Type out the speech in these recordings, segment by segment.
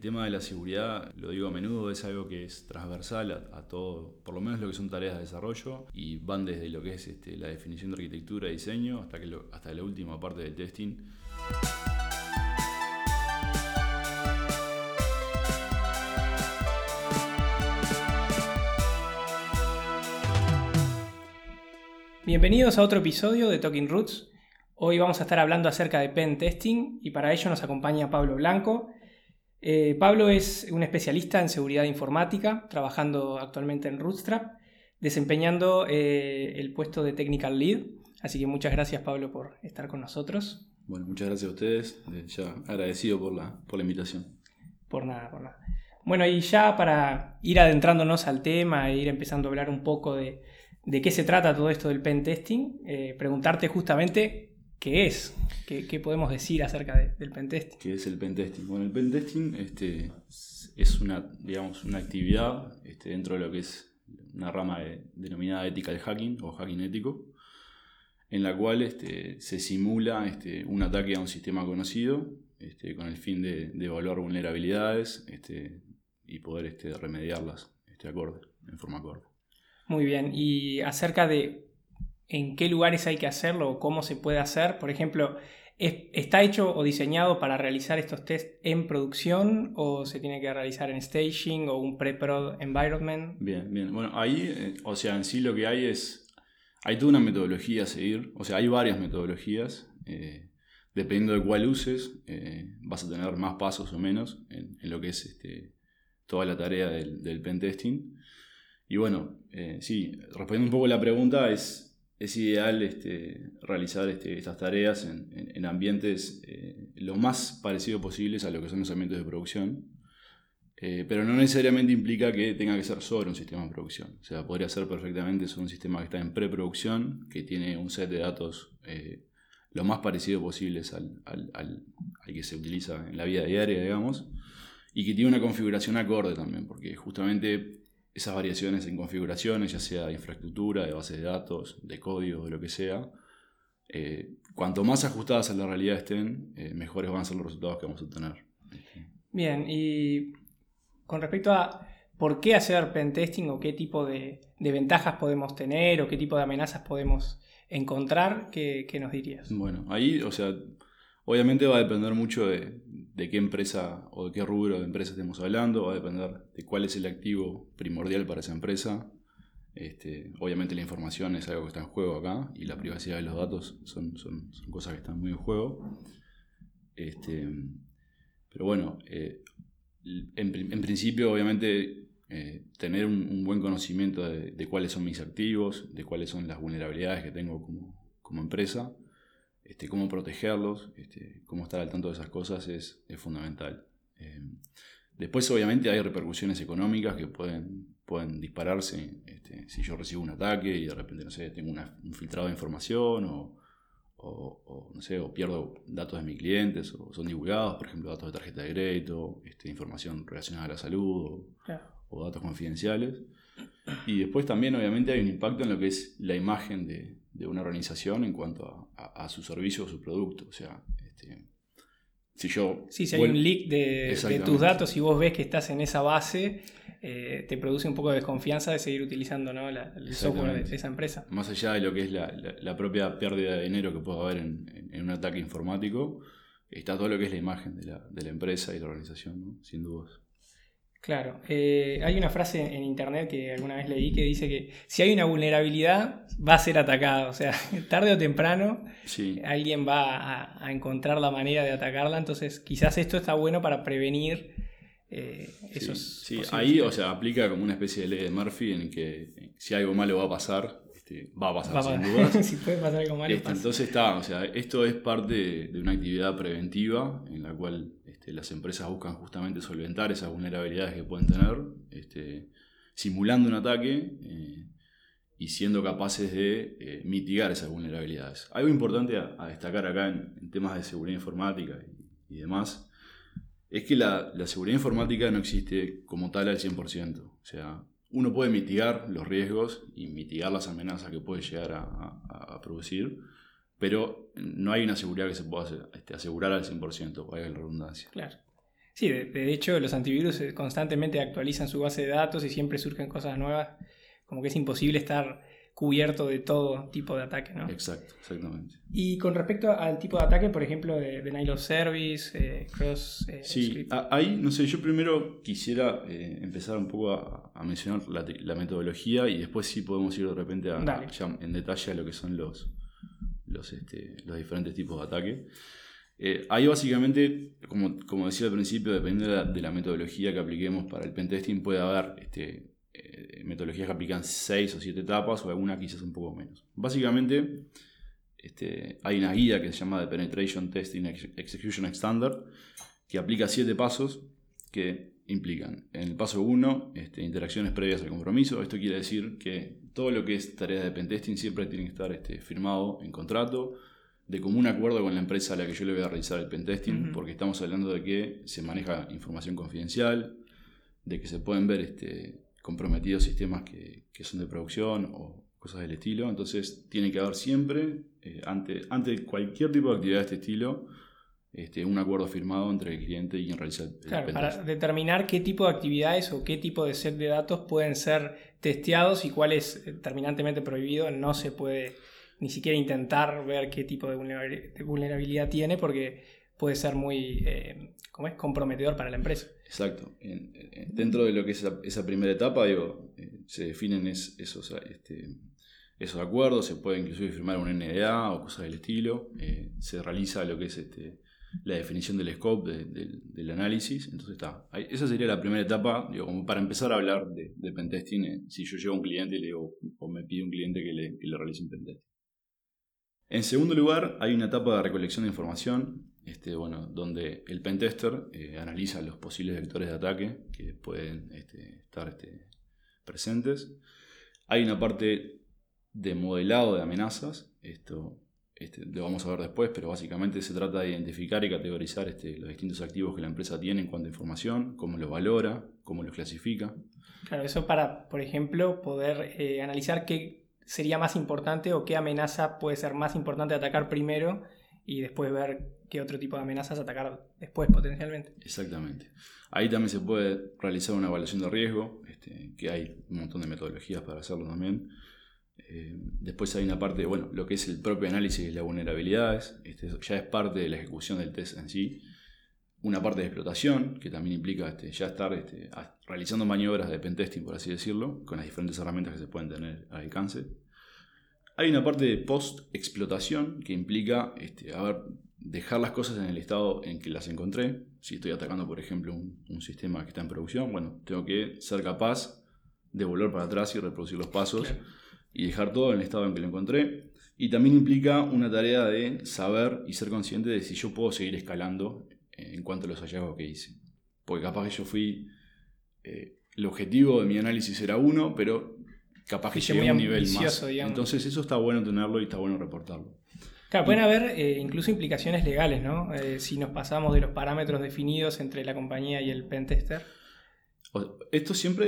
tema de la seguridad, lo digo a menudo, es algo que es transversal a todo, por lo menos lo que son tareas de desarrollo, y van desde lo que es la definición de arquitectura y diseño hasta la última parte del testing. Bienvenidos a otro episodio de Talking Roots. Hoy vamos a estar hablando acerca de pen testing y para ello nos acompaña Pablo Blanco. Pablo es un especialista en seguridad informática, trabajando actualmente en Rootstrap, desempeñando el puesto de Technical Lead. Así que muchas gracias, Pablo, por estar con nosotros. Bueno, muchas gracias a ustedes. Ya agradecido por la invitación. Por nada. Bueno, y ya para ir adentrándonos al tema e ir empezando a hablar un poco de qué se trata todo esto del pen testing, preguntarte justamente qué es, qué podemos decir acerca del pen testing. ¿Qué es el pen testing? Bueno, el pen testing es una actividad dentro de lo que es una rama denominada ethical hacking o hacking ético, en la cual se simula un ataque a un sistema conocido con el fin de evaluar vulnerabilidades y poder remediarlas en forma acorde. Muy bien, y acerca de en qué lugares hay que hacerlo o cómo se puede hacer, por ejemplo, ¿está hecho o diseñado para realizar estos tests en producción o se tiene que realizar en staging o un pre-prod environment? Bien. Bueno, ahí, en sí lo que hay hay toda una metodología a seguir, hay varias metodologías, dependiendo de cuál uses, vas a tener más pasos o menos en lo que es toda la tarea del pen testing. Y bueno, respondiendo un poco a la pregunta, es ideal realizar estas tareas en ambientes lo más parecido posibles a lo que son los ambientes de producción, pero no necesariamente implica que tenga que ser sobre un sistema de producción. O sea, podría ser perfectamente sobre un sistema que está en preproducción, que tiene un set de datos lo más parecido posibles al que se utiliza en la vida diaria, digamos, y que tiene una configuración acorde también, porque justamente esas variaciones en configuraciones, ya sea de infraestructura, de base de datos, de código, de lo que sea, cuanto más ajustadas a la realidad estén, mejores van a ser los resultados que vamos a obtener. Bien, y con respecto a por qué hacer pentesting o qué tipo de ventajas podemos tener o qué tipo de amenazas podemos encontrar, ¿qué nos dirías? Bueno, ahí, obviamente va a depender mucho de qué empresa o de qué rubro de empresa estemos hablando, va a depender de cuál es el activo primordial para esa empresa. Obviamente la información es algo que está en juego acá y la privacidad de los datos son cosas que están muy en juego. Pero bueno, en principio obviamente tener un buen conocimiento de cuáles son mis activos, de cuáles son las vulnerabilidades que tengo como empresa, cómo protegerlos, cómo estar al tanto de esas cosas es fundamental. Después obviamente hay repercusiones económicas que pueden dispararse si yo recibo un ataque y de repente tengo un filtrado de información o pierdo datos de mis clientes o son divulgados, por ejemplo datos de tarjeta de crédito, información relacionada a la salud o datos confidenciales. Y después también obviamente hay un impacto en lo que es la imagen de una organización en cuanto a su servicio o su producto. O sea, si hay un leak de tus datos y vos ves que estás en esa base, te produce un poco de desconfianza de seguir utilizando, ¿no? el software de esa empresa. Más allá de lo que es la propia pérdida de dinero que puede haber en un ataque informático, está todo lo que es la imagen de la empresa y la organización, ¿no? Sin dudas. Claro, hay una frase en internet que alguna vez leí que dice que si hay una vulnerabilidad va a ser atacada, o sea, tarde o temprano alguien va a encontrar la manera de atacarla, entonces quizás esto está bueno para prevenir esos... Sí, ahí aplica como una especie de ley de Murphy en que si algo malo va a pasar, va a pasar sin dudas. Si puede pasar algo malo, pasa. Entonces esto es parte de una actividad preventiva en la cual las empresas buscan justamente solventar esas vulnerabilidades que pueden tener, simulando un ataque y siendo capaces de mitigar esas vulnerabilidades. Algo importante a destacar acá en temas de seguridad informática y demás es que la seguridad informática no existe como tal al 100%. O sea, uno puede mitigar los riesgos y mitigar las amenazas que puede llegar a producir, pero no hay una seguridad que se pueda asegurar al 100%, valga la redundancia. Claro. Sí, de hecho los antivirus constantemente actualizan su base de datos y siempre surgen cosas nuevas, como que es imposible estar cubierto de todo tipo de ataque, ¿no? Exacto, exactamente. Y con respecto al tipo de ataque, por ejemplo, de denial of service, cross Sí, script. ahí, no sé, yo primero quisiera empezar un poco a mencionar la metodología y después sí podemos ir de repente ya en detalle a lo que son los diferentes tipos de ataque. Ahí básicamente, como decía al principio, dependiendo de la metodología que apliquemos para el pentesting, puede haber metodologías que aplican 6 o 7 etapas o alguna quizás un poco menos. Básicamente hay una guía que se llama The Penetration Testing Execution Standard que aplica 7 pasos que implican, en el paso 1, interacciones previas al compromiso. Esto quiere decir que todo lo que es tarea de pentesting siempre tiene que estar firmado en contrato, de común acuerdo con la empresa a la que yo le voy a realizar el pentesting, porque estamos hablando de que se maneja información confidencial, de que se pueden ver comprometidos sistemas que son de producción o cosas del estilo. Entonces tiene que haber siempre, ante cualquier tipo de actividad de este estilo, un acuerdo firmado entre el cliente y quien realiza el Claro, pentesting. para determinar qué tipo de actividades o qué tipo de set de datos pueden ser testeados y cuál es terminantemente prohibido, no se puede ni siquiera intentar ver qué tipo de vulnerabilidad tiene porque puede ser muy comprometedor para la empresa. Exacto. Dentro de lo que es esa primera etapa, se definen esos acuerdos, se puede inclusive firmar un NDA o cosas del estilo, se realiza lo que es la definición del scope del análisis. Entonces esa sería la primera etapa, como para empezar a hablar de pentesting, si yo llevo a un cliente y le digo, o me pide un cliente que le realice un pentesting. En segundo lugar, hay una etapa de recolección de información, donde el pentester analiza los posibles vectores de ataque que pueden estar presentes. Hay una parte de modelado de amenazas, esto lo vamos a ver después, pero básicamente se trata de identificar y categorizar los distintos activos que la empresa tiene en cuanto a información, cómo los valora, cómo los clasifica. Claro, eso para, por ejemplo, poder analizar qué sería más importante o qué amenaza puede ser más importante atacar primero y después ver qué otro tipo de amenazas atacar después potencialmente. Exactamente. Ahí también se puede realizar una evaluación de riesgo, que hay un montón de metodologías para hacerlo también. Después hay una parte, lo que es el propio análisis de las vulnerabilidades, ya es parte de la ejecución del test en sí. Una parte de explotación, que también implica ya estar realizando maniobras de pentesting, por así decirlo, con las diferentes herramientas que se pueden tener al alcance. Hay una parte de post-explotación, que implica dejar las cosas en el estado en que las encontré. Si estoy atacando, por ejemplo, un sistema que está en producción, tengo que ser capaz de volver para atrás y reproducir los pasos, claro, y dejar todo en el estado en que lo encontré. Y también implica una tarea de saber y ser consciente de si yo puedo seguir escalando en cuanto a los hallazgos que hice. Porque capaz que yo fui... el objetivo de mi análisis era 1, pero capaz que llegué a un nivel más. Digamos. Entonces eso está bueno tenerlo y está bueno reportarlo. Claro, pueden haber incluso implicaciones legales, ¿no? Si nos pasamos de los parámetros definidos entre la compañía y el pentester. Esto siempre,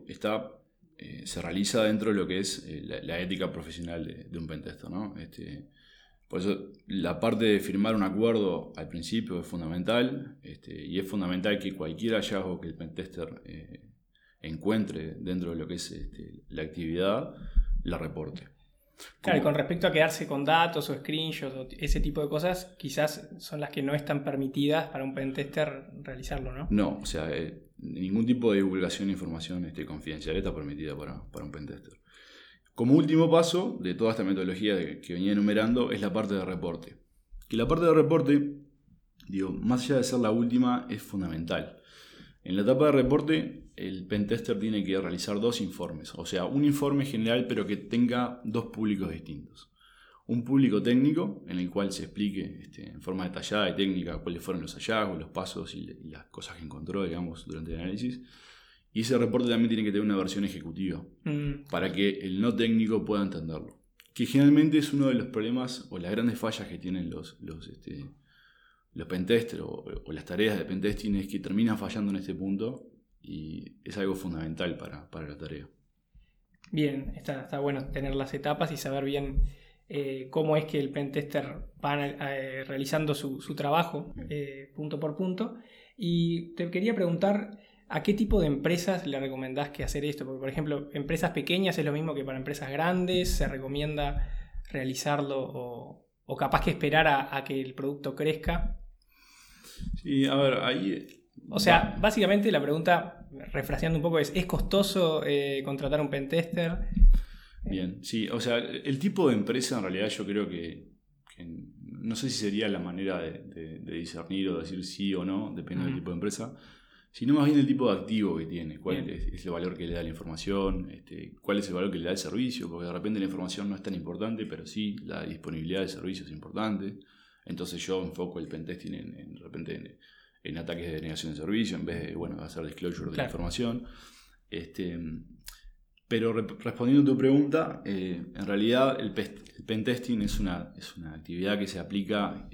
se realiza dentro de lo que es la ética profesional de un pentester, ¿no? Por eso la parte de firmar un acuerdo al principio es fundamental, y es fundamental que cualquier hallazgo que el pentester encuentre dentro de lo que es la actividad, la reporte. Claro, y con respecto a quedarse con datos o screenshots o ese tipo de cosas, quizás son las que no están permitidas para un pentester realizarlo, ¿no? No, o sea, ningún tipo de divulgación de información confidencial está permitida para un pentester. Como último paso de toda esta metodología que venía enumerando es la parte de reporte. Que la parte de reporte, más allá de ser la última, es fundamental. En la etapa de reporte, el pentester tiene que realizar 2 informes. O sea, un informe general pero que tenga 2 públicos distintos. Un público técnico, en el cual se explique en forma detallada y técnica cuáles fueron los hallazgos, los pasos y las cosas que encontró, durante el análisis. Y ese reporte también tiene que tener una versión ejecutiva para que el no técnico pueda entenderlo. Que generalmente es uno de los problemas o las grandes fallas que tienen los pentesters o las tareas de pentesting, es que terminan fallando en este punto y es algo fundamental para la tarea. Bien, está bueno tener las etapas y saber bien cómo es que el pentester va realizando su trabajo punto por punto. Y te quería preguntar, ¿a qué tipo de empresas le recomendás que hacer esto? Porque, por ejemplo, empresas pequeñas es lo mismo que para empresas grandes, ¿se recomienda realizarlo o capaz que esperar a que el producto crezca? Sí, a ver, ahí... O sea, básicamente la pregunta, refraseando un poco, ¿es costoso contratar un pentester? Bien, sí, o sea, el tipo de empresa en realidad yo creo que no sé si sería la manera de discernir o decir sí o no, depende del tipo de empresa, sino más bien el tipo de activo que tiene, cuál es el valor que le da la información, cuál es el valor que le da el servicio, porque de repente la información no es tan importante, pero sí la disponibilidad del servicio es importante. Entonces yo enfoco el pentesting de repente en ataques de denegación de servicio en vez de, bueno, hacer disclosure de la información. Pero respondiendo a tu pregunta, en realidad el pentesting es una actividad que se aplica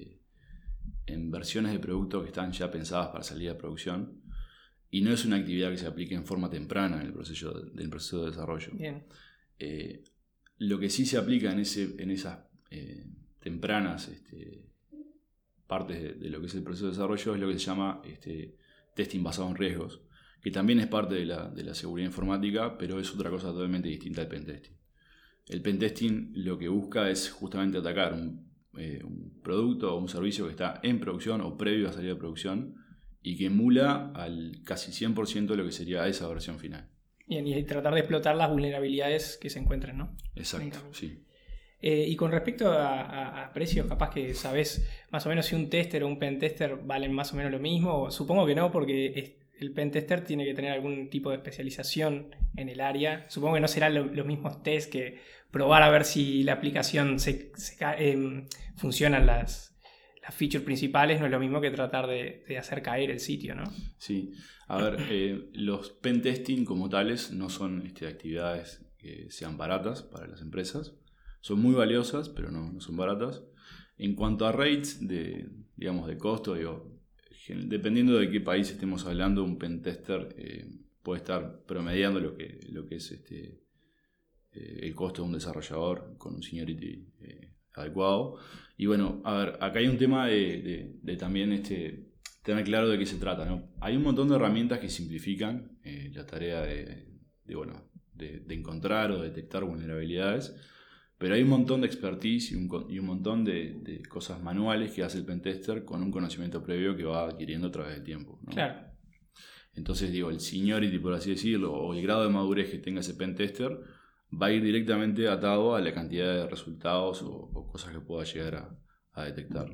en versiones de productos que están ya pensadas para salir a producción y no es una actividad que se aplique en forma temprana en el proceso de desarrollo. Bien. Lo que sí se aplica en esas tempranas partes de lo que es el proceso de desarrollo es lo que se llama testing basado en riesgos, que también es parte de la seguridad informática, pero es otra cosa totalmente distinta al pentesting. El pentesting lo que busca es justamente atacar un producto o un servicio que está en producción o previo a salir de producción y que emula al casi 100% lo que sería esa versión final. Bien, y tratar de explotar las vulnerabilidades que se encuentren, ¿no? Exacto, sí. Y con respecto a precios, capaz que sabés más o menos si un tester o un pentester valen más o menos lo mismo. Supongo que no, porque el pentester tiene que tener algún tipo de especialización en el área. Supongo que no serán los mismos tests que probar a ver si la aplicación funcionan las features principales. No es lo mismo que tratar de hacer caer el sitio, ¿no? Sí, a ver, los pentesting como tales no son actividades que sean baratas para las empresas. Son muy valiosas, pero no son baratas. En cuanto a rates de costo, dependiendo de qué país estemos hablando, un pentester puede estar promediando lo que es el costo de un desarrollador con un seniority adecuado. Y bueno, a ver, acá hay un tema de también tener claro de qué se trata, ¿no? Hay un montón de herramientas que simplifican la tarea de encontrar o detectar vulnerabilidades. Pero hay un montón de expertise y un montón de cosas manuales que hace el pentester con un conocimiento previo que va adquiriendo a través del tiempo, ¿no? Claro. Entonces, el seniority, por así decirlo, o el grado de madurez que tenga ese pentester va a ir directamente atado a la cantidad de resultados o cosas que pueda llegar a detectar.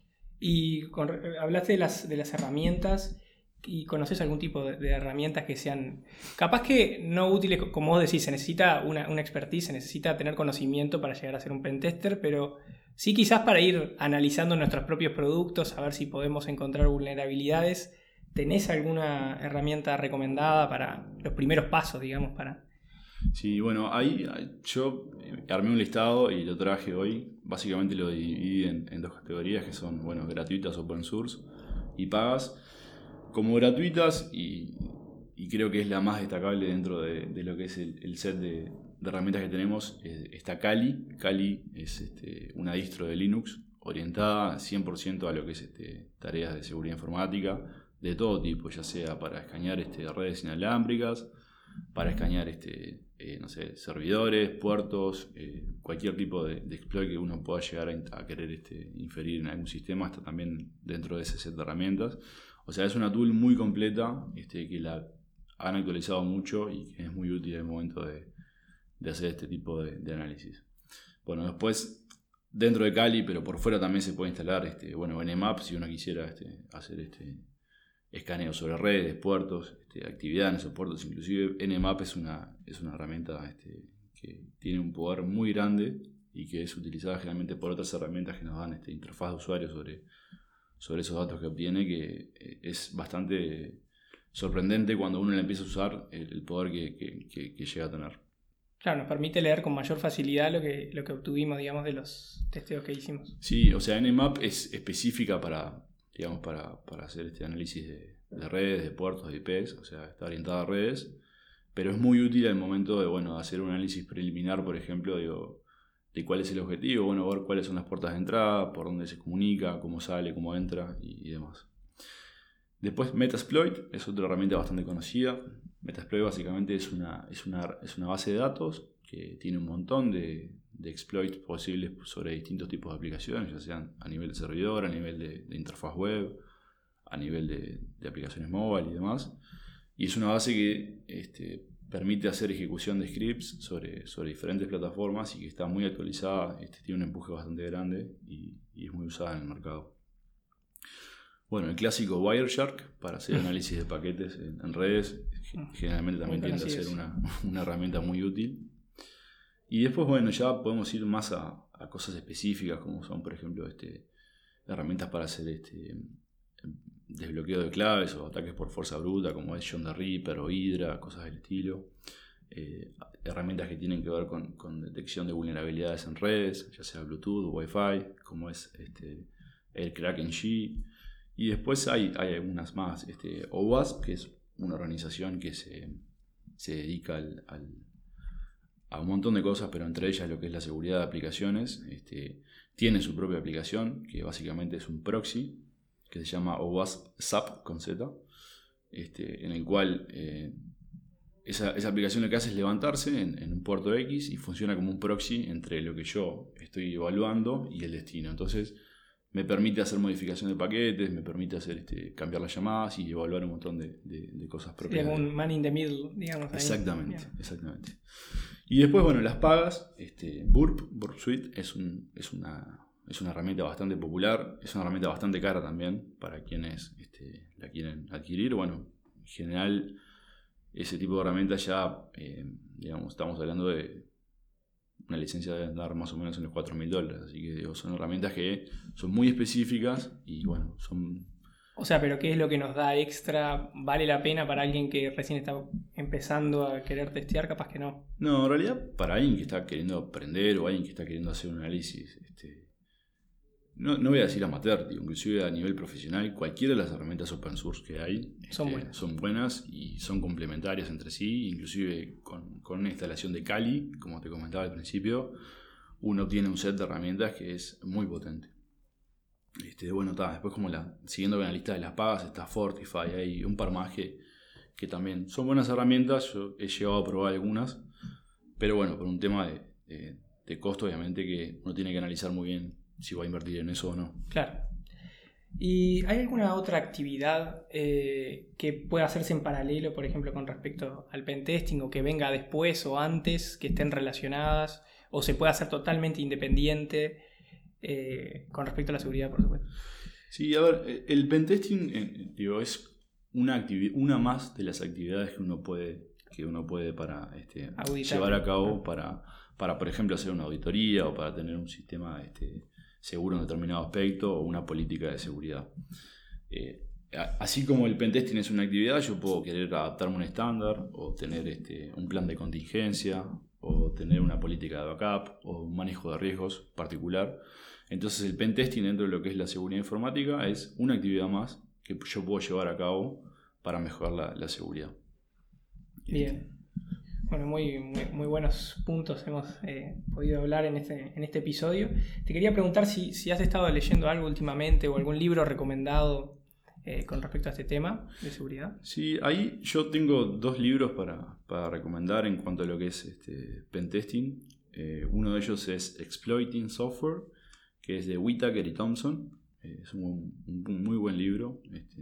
Y hablaste de las herramientas. ¿Y conoces algún tipo de herramientas que sean capaz que no útiles? Como vos decís, se necesita una expertise, se necesita tener conocimiento para llegar a ser un pentester, pero sí quizás para ir analizando nuestros propios productos, a ver si podemos encontrar vulnerabilidades. ¿Tenés alguna herramienta recomendada para los primeros pasos, digamos, para...? Sí, bueno, ahí yo armé un listado y lo traje hoy. Básicamente lo dividí en dos categorías que son, gratuitas, open source y pagas. Como gratuitas, y creo que es la más destacable dentro de lo que es el set de herramientas que tenemos, está Kali. Kali es una distro de Linux orientada 100% a lo que es tareas de seguridad informática de todo tipo, ya sea para escanear redes inalámbricas, para escanear servidores, puertos, cualquier tipo de exploit que uno pueda llegar a querer inferir en algún sistema, está también dentro de ese set de herramientas. O sea, es una tool muy completa que la han actualizado mucho y que es muy útil en el momento de hacer este tipo de análisis. Bueno, después, dentro de Kali, pero por fuera también se puede instalar Nmap si uno quisiera hacer escaneo sobre redes, puertos, actividad en esos puertos. Inclusive Nmap es una herramienta que tiene un poder muy grande y que es utilizada generalmente por otras herramientas que nos dan interfaz de usuario sobre esos datos que obtiene, que es bastante sorprendente cuando uno le empieza a usar el poder que llega a tener. Claro, nos permite leer con mayor facilidad lo que obtuvimos, digamos, de los testeos que hicimos. Sí, o sea, Nmap es específica para hacer análisis de redes, de puertos, de IPs, o sea, está orientada a redes, pero es muy útil al momento de hacer un análisis preliminar, por ejemplo, de cuál es el objetivo, ver cuáles son las puertas de entrada, por dónde se comunica, cómo sale, cómo entra y demás. Después Metasploit es otra herramienta bastante conocida. Metasploit básicamente es una base de datos que tiene un montón de exploits posibles sobre distintos tipos de aplicaciones, ya sean a nivel de servidor, a nivel de interfaz web, a nivel de aplicaciones móviles y demás. Y es una base que permite hacer ejecución de scripts sobre diferentes plataformas y que está muy actualizada, tiene un empuje bastante grande y es muy usada en el mercado. Bueno, el clásico Wireshark para hacer análisis de paquetes en redes, generalmente también tiende a ser una herramienta muy útil. Y después, bueno, ya podemos ir más a cosas específicas, como son, por ejemplo, herramientas para hacer desbloqueo de claves o ataques por fuerza bruta, como es John the Ripper o Hydra, cosas del estilo. Herramientas que tienen que ver con detección de vulnerabilidades en redes, ya sea Bluetooth o Wi-Fi, como es el Kraken G. Y después hay algunas más. OWASP, que es una organización que se dedica a un montón de cosas, pero entre ellas lo que es la seguridad de aplicaciones. Tiene su propia aplicación, que básicamente es un proxy, que se llama OWASP SAP con Z, en el cual esa aplicación lo que hace es levantarse en un puerto X y funciona como un proxy entre lo que yo estoy evaluando y el destino. Entonces me permite hacer modificación de paquetes, me permite hacer cambiar las llamadas y evaluar un montón de cosas propias. Sería como un man in the middle, digamos. Exactamente, exactamente. Y después, bueno, las pagas, Burp Suite es una herramienta bastante popular, es una herramienta bastante cara también para quienes la quieren adquirir. Bueno, en general, ese tipo de herramientas ya, digamos, estamos hablando de una licencia de andar más o menos en los $4.000, así que son herramientas que son muy específicas y bueno, son... O sea, pero ¿qué es lo que nos da extra? ¿Vale la pena para alguien que recién está empezando a querer testear? Capaz que no. No, en realidad para alguien que está queriendo aprender o alguien que está queriendo hacer un análisis, no voy a decir amateur, inclusive a nivel profesional, cualquiera de las herramientas open source que hay son buenas y son complementarias entre sí, inclusive con una instalación de Kali, como te comentaba al principio, uno obtiene un set de herramientas que es muy potente. Bueno, después siguiendo con la lista de las pagas está Fortify, hay un par más que también son buenas herramientas. Yo he llegado a probar algunas, pero bueno, por un tema de costo, obviamente que uno tiene que analizar muy bien si va a invertir en eso o no. Claro. ¿Y hay alguna otra actividad que pueda hacerse en paralelo, por ejemplo, con respecto al pentesting, o que venga después o antes, que estén relacionadas, o se pueda hacer totalmente independiente con respecto a la seguridad, por supuesto? Sí, a ver, el pentesting es una más de las actividades que uno puede para llevar a cabo para, por ejemplo, hacer una auditoría o para tener un sistema seguro en determinado aspecto o una política de seguridad. Así como el pentesting es una actividad, yo puedo querer adaptarme a un estándar o tener un plan de contingencia o tener una política de backup o un manejo de riesgos particular. Entonces el pentesting dentro de lo que es la seguridad informática es una actividad más que yo puedo llevar a cabo para mejorar la seguridad. Bien. Bueno, muy, muy, muy buenos puntos hemos podido hablar en este episodio. Te quería preguntar si has estado leyendo algo últimamente o algún libro recomendado con respecto a este tema de seguridad. Sí, ahí yo tengo 2 libros para recomendar en cuanto a lo que es pentesting. Uno de ellos es Exploiting Software, que es de Whitaker y Thompson. Es un muy buen libro.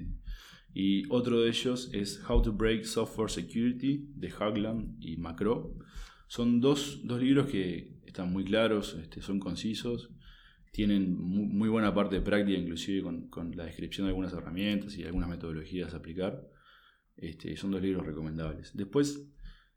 Y otro de ellos es How to Break Software Security, de Hagland y Macro. Son dos libros que están muy claros, son concisos, tienen muy buena parte de práctica, inclusive con la descripción de algunas herramientas y algunas metodologías a aplicar. Son 2 libros recomendables. Después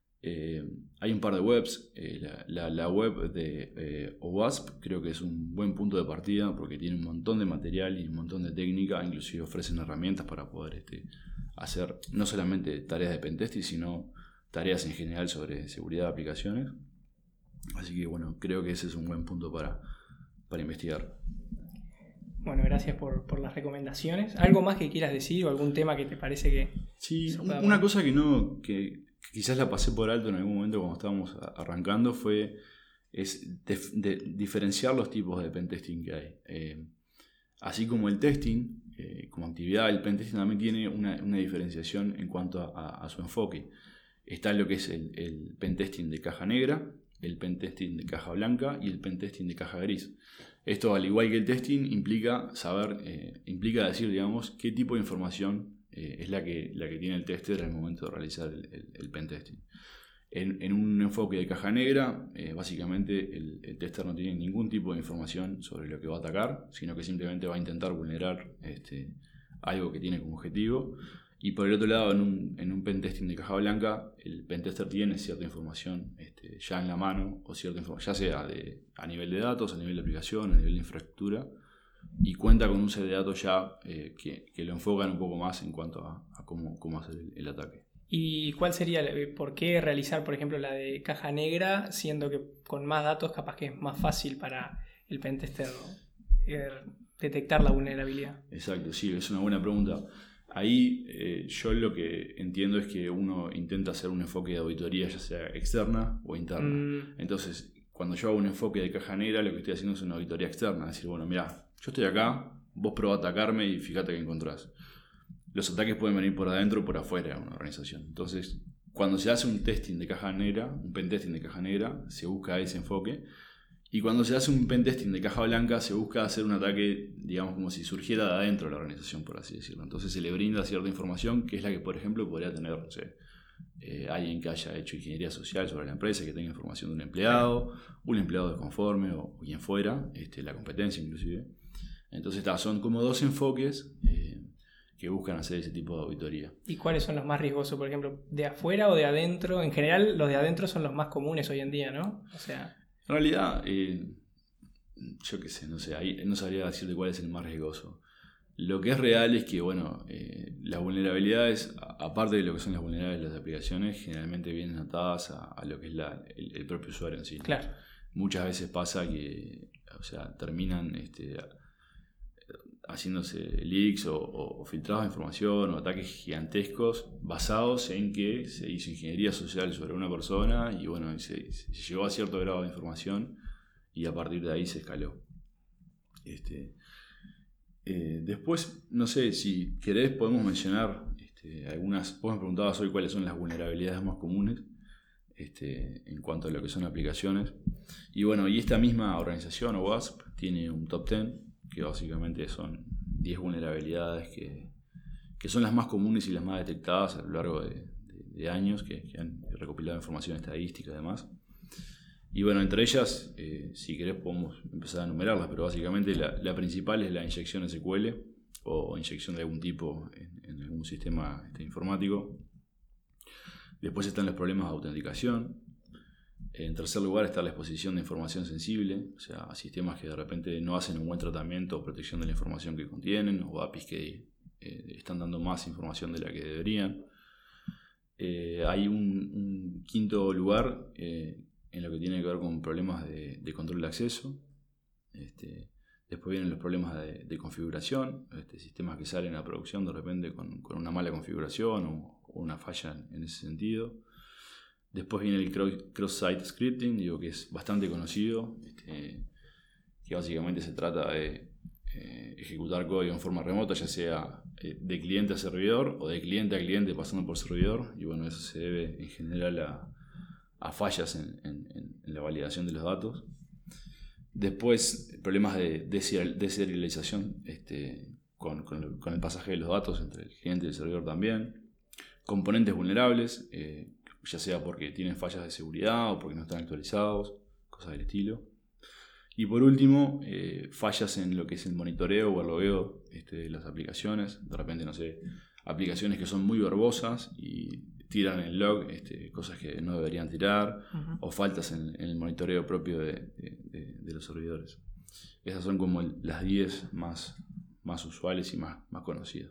hay un par de webs. La web de OWASP creo que es un buen punto de partida porque tiene un montón de material y un montón de técnica, inclusive ofrecen herramientas para poder hacer no solamente tareas de pentesting, sino tareas en general sobre seguridad de aplicaciones. Así que bueno, creo que ese es un buen punto para investigar. Bueno, gracias por las recomendaciones. ¿Algo más que quieras decir o algún tema que te parece que... Sí, una cosa que quizás la pasé por alto en algún momento cuando estábamos arrancando es diferenciar los tipos de pentesting que hay. Así como el testing, como actividad, el pentesting también tiene una diferenciación en cuanto a su enfoque. Está lo que es el pentesting de caja negra, el pentesting de caja blanca y el pentesting de caja gris. Esto, al igual que el testing, implica decir, digamos, qué tipo de información es la que tiene el tester al momento de realizar el pentesting. En un enfoque de caja negra, básicamente el tester no tiene ningún tipo de información sobre lo que va a atacar, sino que simplemente va a intentar vulnerar algo que tiene como objetivo. Y por el otro lado, en un pentesting de caja blanca, el pentester tiene cierta información ya en la mano, o cierta información, ya sea a nivel de datos, a nivel de aplicación, a nivel de infraestructura, y cuenta con un set de datos ya que lo enfocan un poco más en cuanto a cómo hacer el ataque. ¿Y cuál sería, por qué realizar, por ejemplo, la de caja negra, siendo que con más datos capaz que es más fácil para el pentester detectar la vulnerabilidad? Exacto, sí, es una buena pregunta. Ahí yo lo que entiendo es que uno intenta hacer un enfoque de auditoría, ya sea externa o interna. Entonces, cuando yo hago un enfoque de caja negra, lo que estoy haciendo es una auditoría externa. Es decir, bueno, mira, yo estoy acá, vos probá a atacarme y fíjate qué encontrás. Los ataques pueden venir por adentro o por afuera de una organización. Entonces, cuando se hace un testing de caja negra, un pentesting de caja negra, se busca ese enfoque. Y cuando se hace un pentesting de caja blanca, se busca hacer un ataque, digamos, como si surgiera de adentro de la organización, por así decirlo. Entonces se le brinda cierta información, que es la que, por ejemplo, podría tener, no sé, alguien que haya hecho ingeniería social sobre la empresa, que tenga información de un empleado desconforme o quien fuera, la competencia inclusive. Entonces son como dos enfoques que buscan hacer ese tipo de auditoría. ¿Y cuáles son los más riesgosos, por ejemplo, de afuera o de adentro? En general, los de adentro son los más comunes hoy en día, ¿no? O sea... En realidad, yo qué sé, no sé, ahí no sabría decirte cuál es el más riesgoso. Lo que es real es que, bueno, las vulnerabilidades, aparte de lo que son las vulnerabilidades de las aplicaciones, generalmente vienen atadas a lo que es el propio usuario en sí. Claro. Muchas veces pasa que, o sea, terminan haciéndose leaks o filtrados de información o ataques gigantescos basados en que se hizo ingeniería social sobre una persona y bueno, se llegó a cierto grado de información y a partir de ahí se escaló. Después, no sé, si querés podemos mencionar algunas. Vos me preguntabas hoy cuáles son las vulnerabilidades más comunes en cuanto a lo que son aplicaciones. Y bueno, y esta misma organización o WASP tiene un top 10 que básicamente son 10 vulnerabilidades que son las más comunes y las más detectadas a lo largo de años, que han recopilado información estadística y demás. Y bueno, entre ellas, si querés podemos empezar a enumerarlas, pero básicamente la principal es la inyección SQL o inyección de algún tipo en algún sistema informático. Después están los problemas de autenticación. En tercer lugar está la exposición de información sensible, o sea, sistemas que de repente no hacen un buen tratamiento o protección de la información que contienen, o APIs que están dando más información de la que deberían. Hay un quinto lugar en lo que tiene que ver con problemas de control de acceso. Después vienen los problemas de configuración, sistemas que salen a producción de repente con una mala configuración o una falla en ese sentido. Después viene el cross-site scripting, que es bastante conocido, que básicamente se trata de ejecutar código en forma remota, ya sea de cliente a servidor o de cliente a cliente pasando por servidor, y bueno, eso se debe en general a fallas en la validación de los datos. Después, problemas de deserialización con el pasaje de los datos entre el cliente y el servidor también. Componentes vulnerables, ya sea porque tienen fallas de seguridad o porque no están actualizados, cosas del estilo. Y por último, fallas en lo que es el monitoreo o el logueo de las aplicaciones. De repente, no sé, aplicaciones que son muy verbosas y tiran el log, cosas que no deberían tirar, o faltas en el monitoreo propio de los servidores. Esas son como las 10 más usuales y más conocidas.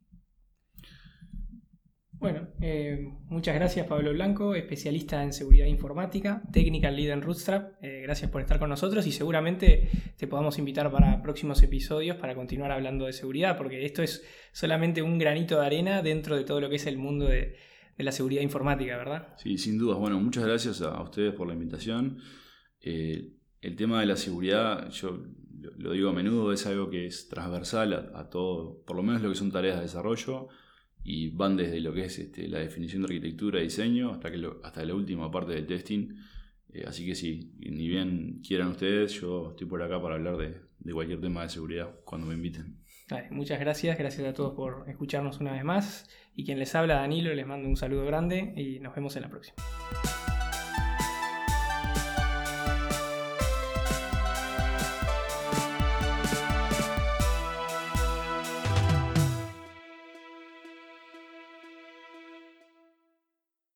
Bueno, muchas gracias Pablo Blanco, especialista en seguridad informática, Technical Lead en Rootstrap. Gracias por estar con nosotros y seguramente te podamos invitar para próximos episodios para continuar hablando de seguridad, porque esto es solamente un granito de arena dentro de todo lo que es el mundo de la seguridad informática, ¿verdad? Sí, sin dudas. Bueno, muchas gracias a ustedes por la invitación. El tema de la seguridad, yo lo digo a menudo, es algo que es transversal a todo, por lo menos lo que son tareas de desarrollo, y van desde lo que es la definición de arquitectura y diseño hasta la última parte del testing. Así que sí, ni bien quieran ustedes, yo estoy por acá para hablar de cualquier tema de seguridad cuando me inviten. Vale, muchas gracias a todos por escucharnos una vez más. Y quien les habla, Danilo, les mando un saludo grande y nos vemos en la próxima.